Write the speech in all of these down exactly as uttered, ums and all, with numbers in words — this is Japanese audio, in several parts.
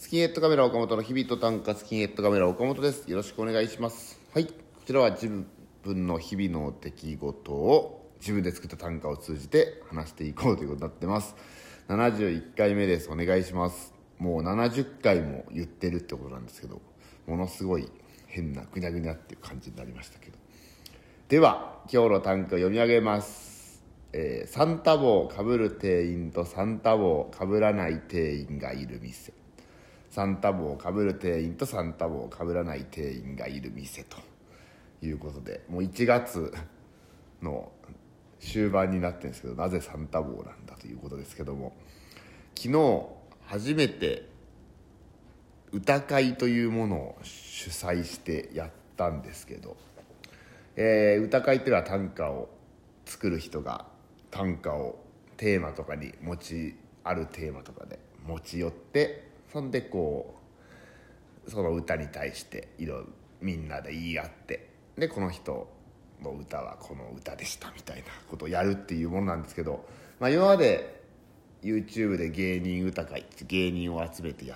スキンヘッドカメラ岡本の日々と短歌スキンヘッドカメラ岡本です。よろしくお願いします。はい、こちらは自分の日々の出来事を自分で作った短歌を通じて話していこうということになってます。ななじゅういっかいめです。お願いします。もうななじゅっかいも言ってるってことなんですけど、ものすごい変なぐにゃぐにゃっていう感じになりましたけど、では今日の短歌を読み上げます。えー、サンタ帽をかぶる店員とサンタ帽をかぶらない店員がいる店。サンタ帽をかぶる店員とサンタ帽をかぶらない店員がいる店ということで、もういちがつの終盤になってるんですけど、なぜサンタ帽なんだということですけども、昨日初めて歌会というものを主催してやったんですけど、えー、歌会っていうのは短歌を作る人が短歌をテーマとかに持ちあるテーマとかで持ち寄って、そんでこうその歌に対していろいろみんなで言い合って、でこの人の歌はこの歌でしたみたいなことをやるっていうものなんですけど、まあ、今まで YouTube で芸人歌会って芸人を集めてやって、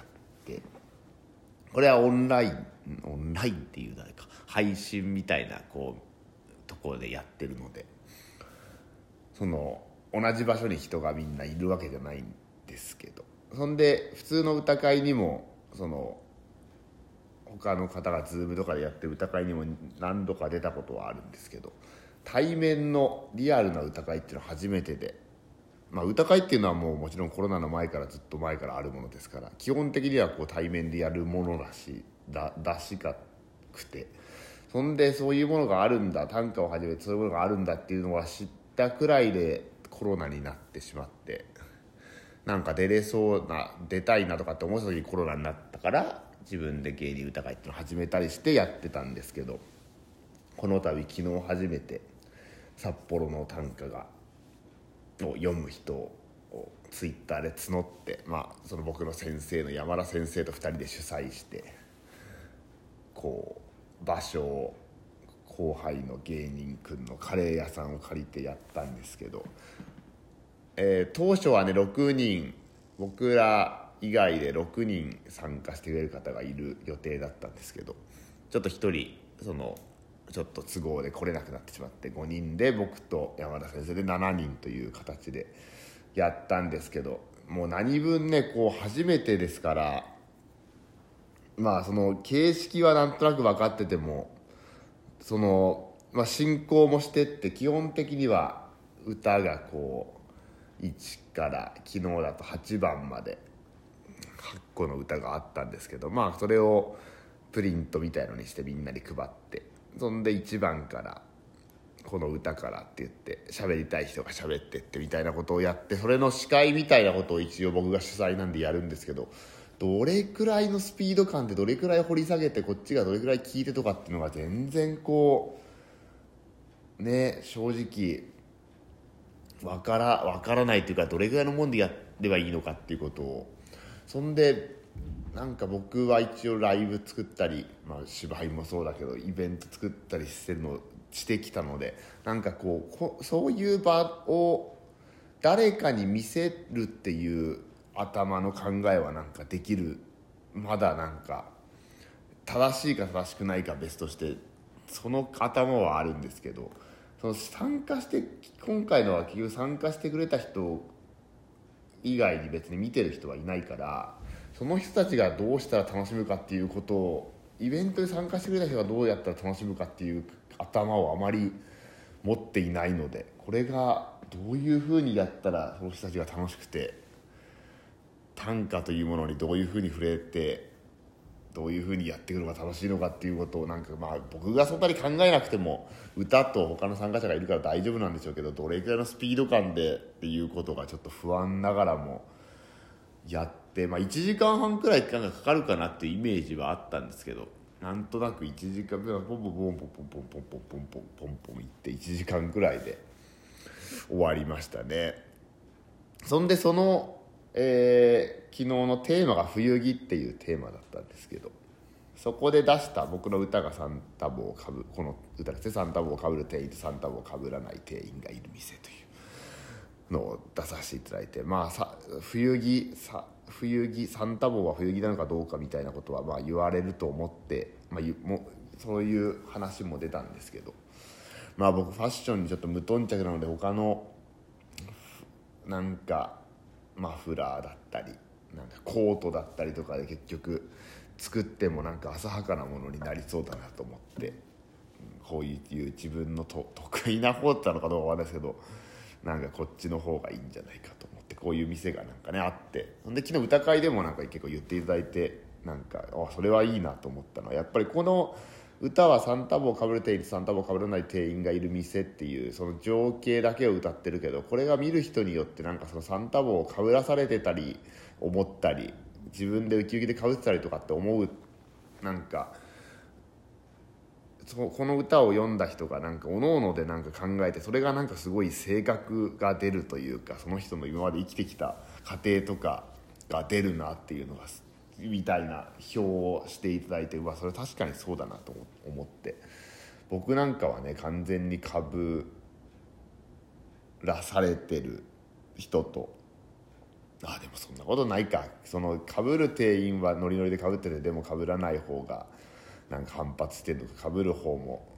これはオンラインオンラインっていう誰か配信みたいなこうところでやってるので、その同じ場所に人がみんないるわけじゃないんですけど、そんで普通の歌会にもその他の方が Zoom とかでやってる歌会にも何度か出たことはあるんですけど、対面のリアルな歌会っていうのは初めてで、まあ、歌会っていうのはもうもちろんコロナの前からずっと前からあるものですから、基本的にはこう対面でやるものらしだだしかくて、そんでそういうものがあるんだ、短歌をはじめそういうものがあるんだっていうのは知ったくらいでコロナになってしまって、なんか出れそうな出たいなとかって思った時にコロナになったから、自分で芸人歌会っていうのを始めたりしてやってたんですけど、この度昨日初めて札幌の短歌がを読む人をツイッターで募って、まあ、その僕の先生の山田先生とふたりで主催して、こう場所を後輩の芸人くんのカレー屋さんを借りてやったんですけど、えー、当初はねろくにん、僕ら以外でろくにん参加してくれる方がいる予定だったんですけど、ちょっとひとりそのちょっと都合で来れなくなってしまって、ごにんで僕と山田先生でしちにんという形でやったんですけど、もう何分ねこう初めてですから、まあその形式はなんとなく分かってても、その、まあ、進行もしてって、基本的には歌がこういちから昨日だとはちばんまではっこの歌があったんですけど、まあそれをプリントみたいのにしてみんなに配って、そんでいちばんからこの歌からって言って喋りたい人が喋ってってみたいなことをやって、それの司会みたいなことを一応僕が主催なんでやるんですけど、どれくらいのスピード感でどれくらい掘り下げてこっちがどれくらい聞いてとかっていうのが全然こうね正直わからわからないというか、どれくらいのもんでやればいいのかっていうことを、そんでなんか僕は一応ライブ作ったり、まあ、芝居もそうだけどイベント作ったりしてるのしてきたので、なんかこうこそういう場を誰かに見せるっていう頭の考えはなんかできる、まだなんか正しいか正しくないか別としてその頭はあるんですけど、その参加して今回のは結局参加してくれた人以外に別に見てる人はいないから、その人たちがどうしたら楽しむかっていうことを、イベントに参加してくれた人がどうやったら楽しむかっていう頭をあまり持っていないので、これがどういうふうにやったらその人たちが楽しくて、短歌というものにどういうふうに触れてどういうふうにやっていくのが楽しいのかっていうことを、なんかまあ僕がそんなに考えなくても歌と他の参加者がいるから大丈夫なんでしょうけど、どれくらいのスピード感でっていうことがちょっと不安ながらもやって、まあ、いちじかんはんくらい期間がかかるかなっていうイメージはあったんですけど、なんとなくいちじかんポンポンポンポンポンポンポンポンポンポンポンポンポンポンいっていちじかんくらいで終わりましたね。そんでそのえー、昨日のテーマが冬着っていうテーマだったんですけど、そこで出した僕の歌がサンタ帽をかぶこの歌ですね、サンタ帽をかぶる店員とサンタ帽をかぶらない店員がいる店というのを出させていただいて、まあさ冬着さ冬着サンタ帽は冬着なのかどうかみたいなことはまあ言われると思って、まあ、ゆもそういう話も出たんですけど、まあ僕ファッションにちょっと無頓着なので、他のなんかマフラーだったりなんかコートだったりとかで結局作ってもなんか浅はかなものになりそうだなと思って、こういう自分のと得意な方だったのかどうかわかんないですけど、なんかこっちの方がいいんじゃないかと思って、こういう店がなんかねあって、で昨日歌会でもなんか結構言っていただいて、なんかあそれはいいなと思ったのは、やっぱりこの歌はサンタ帽をかぶる店員とサンタ帽をかぶらない店員がいる店っていうその情景だけを歌ってるけど、これが見る人によってなんかそのサンタ帽をかぶらされてたり思ったり、自分でウキウキでかぶってたりとかって思う、なんかそこの歌を読んだ人がなんか各々でなんか考えて、それがなんかすごい性格が出るというか、その人の今まで生きてきた過程とかが出るなっていうのがみたいな表をしていただいて、うわそれ確かにそうだなと思って、僕なんかはね完全にかぶらされてる人と、あでもそんなことないか、そのかぶる店員はノリノリでかぶってて、でもかぶらない方がなんか反発してるのか、かぶる方も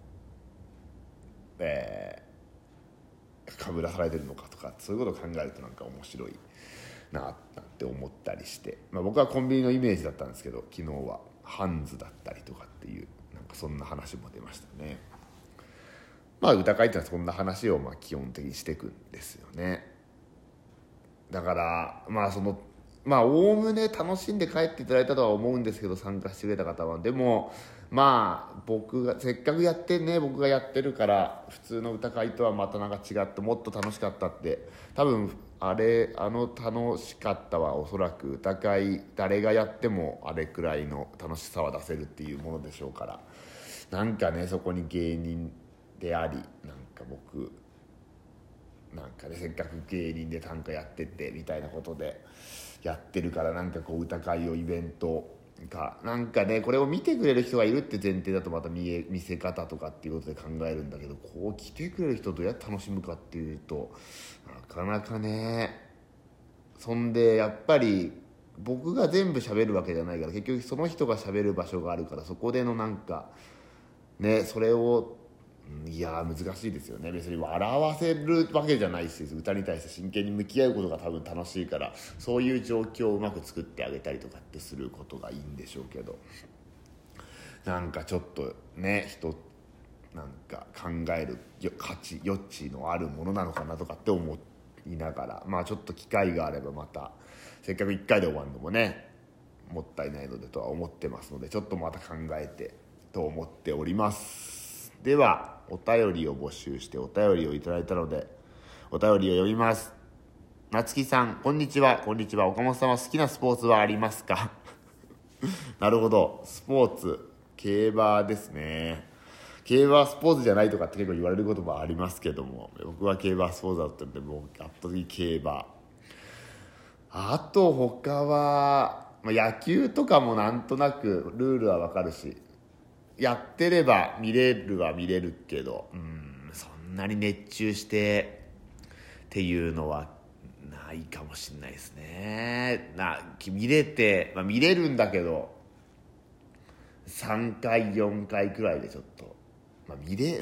えー、かぶらされてるのかとか、そういうことを考えるとなんか面白いななんて思ったりして、まあ、僕はコンビニのイメージだったんですけど、昨日はハンズだったりとかっていうなんかそんな話も出ましたね。まあ歌会ってのはそんな話をまあ基本的にしていくんですよね。だからまあそのまあおおむね楽しんで帰っていただいたとは思うんですけど、参加してくれた方は。でもまあ僕がせっかくやってね僕がやってるから、普通の歌会とはまたなんか違ってもっと楽しかったって、多分あれあの楽しかったはおそらく歌会誰がやってもあれくらいの楽しさは出せるっていうものでしょうから、なんかねそこに芸人であり、なんか僕なんかねせっかく芸人で短歌やってってみたいなことでやってるから、なんかこう歌会をイベントかなんかねこれを見てくれる人がいるって前提だとまた見え見せ方とかっていうことで考えるんだけど、こう来てくれる人どうやって楽しむかっていうとなかなかね。そんでやっぱり僕が全部喋るわけじゃないから、結局その人が喋る場所があるから、そこでのなんかねそれをいや難しいですよね。別に笑わせるわけじゃないし、歌に対して真剣に向き合うことが多分楽しいから、そういう状況をうまく作ってあげたりとかってすることがいいんでしょうけど、なんかちょっとね人なんか考える価値余地のあるものなのかなとかって思いながら、まあちょっと機会があればまたせっかくいっかいで終わるのもねもったいないのでとは思ってますので、ちょっとまた考えてと思っております。ではお便りを募集してお便りをいただいたのでお便りを読みます。なつきさん、こんにちは。こんにちは。岡本さんは好きなスポーツはありますか？なるほど、スポーツ競馬ですね。競馬はスポーツじゃないとかって結構言われることもありますけども、僕は競馬はスポーツだったんで、もう圧倒的競馬。あと他は、まあ、野球とかもなんとなくルールはわかるし、やってれば見れるは見れるけど、うんそんなに熱中してっていうのはないかもしれないですね。な見れて、まあ、見れるんだけどさんかいよんかいくらいでちょっと、まあ、見れ、うん、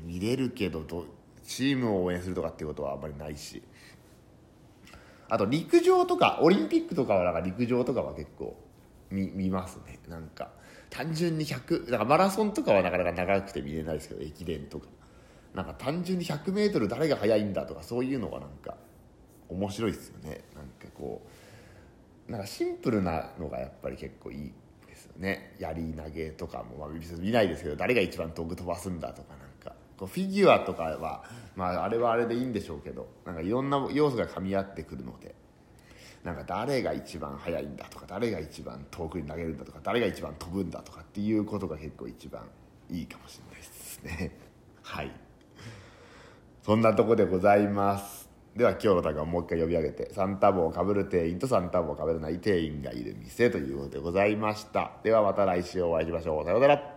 見れるけどどチームを応援するとかっていうことはあんまりないし、あと陸上とかオリンピックとかはなんか陸上とかは結構 見, 見ますね。なんか単純にひゃくだからマラソンとかはなかなか長くて見れないですけど、駅伝とかなんか単純にひゃくメートル誰が速いんだとかそういうのがなんか面白いですよね。なんかこうなんかシンプルなのがやっぱり結構いいですよね。やり投げとかも、まあ、別に見ないですけど誰が一番遠く飛ばすんだとか、なんかこうフィギュアとかは、まあ、あれはあれでいいんでしょうけど、なんかいろんな要素が噛み合ってくるので、なんか誰が一番速いんだとか誰が一番遠くに投げるんだとか誰が一番飛ぶんだとかっていうことが結構一番いいかもしれないですね。はいそんなとこでございます。では今日のタグをもう一回呼び上げて、サンタ帽をかぶる店員とサンタ帽をかぶらない店員がいる店ということでございました。ではまた来週お会いしましょう。さようなら。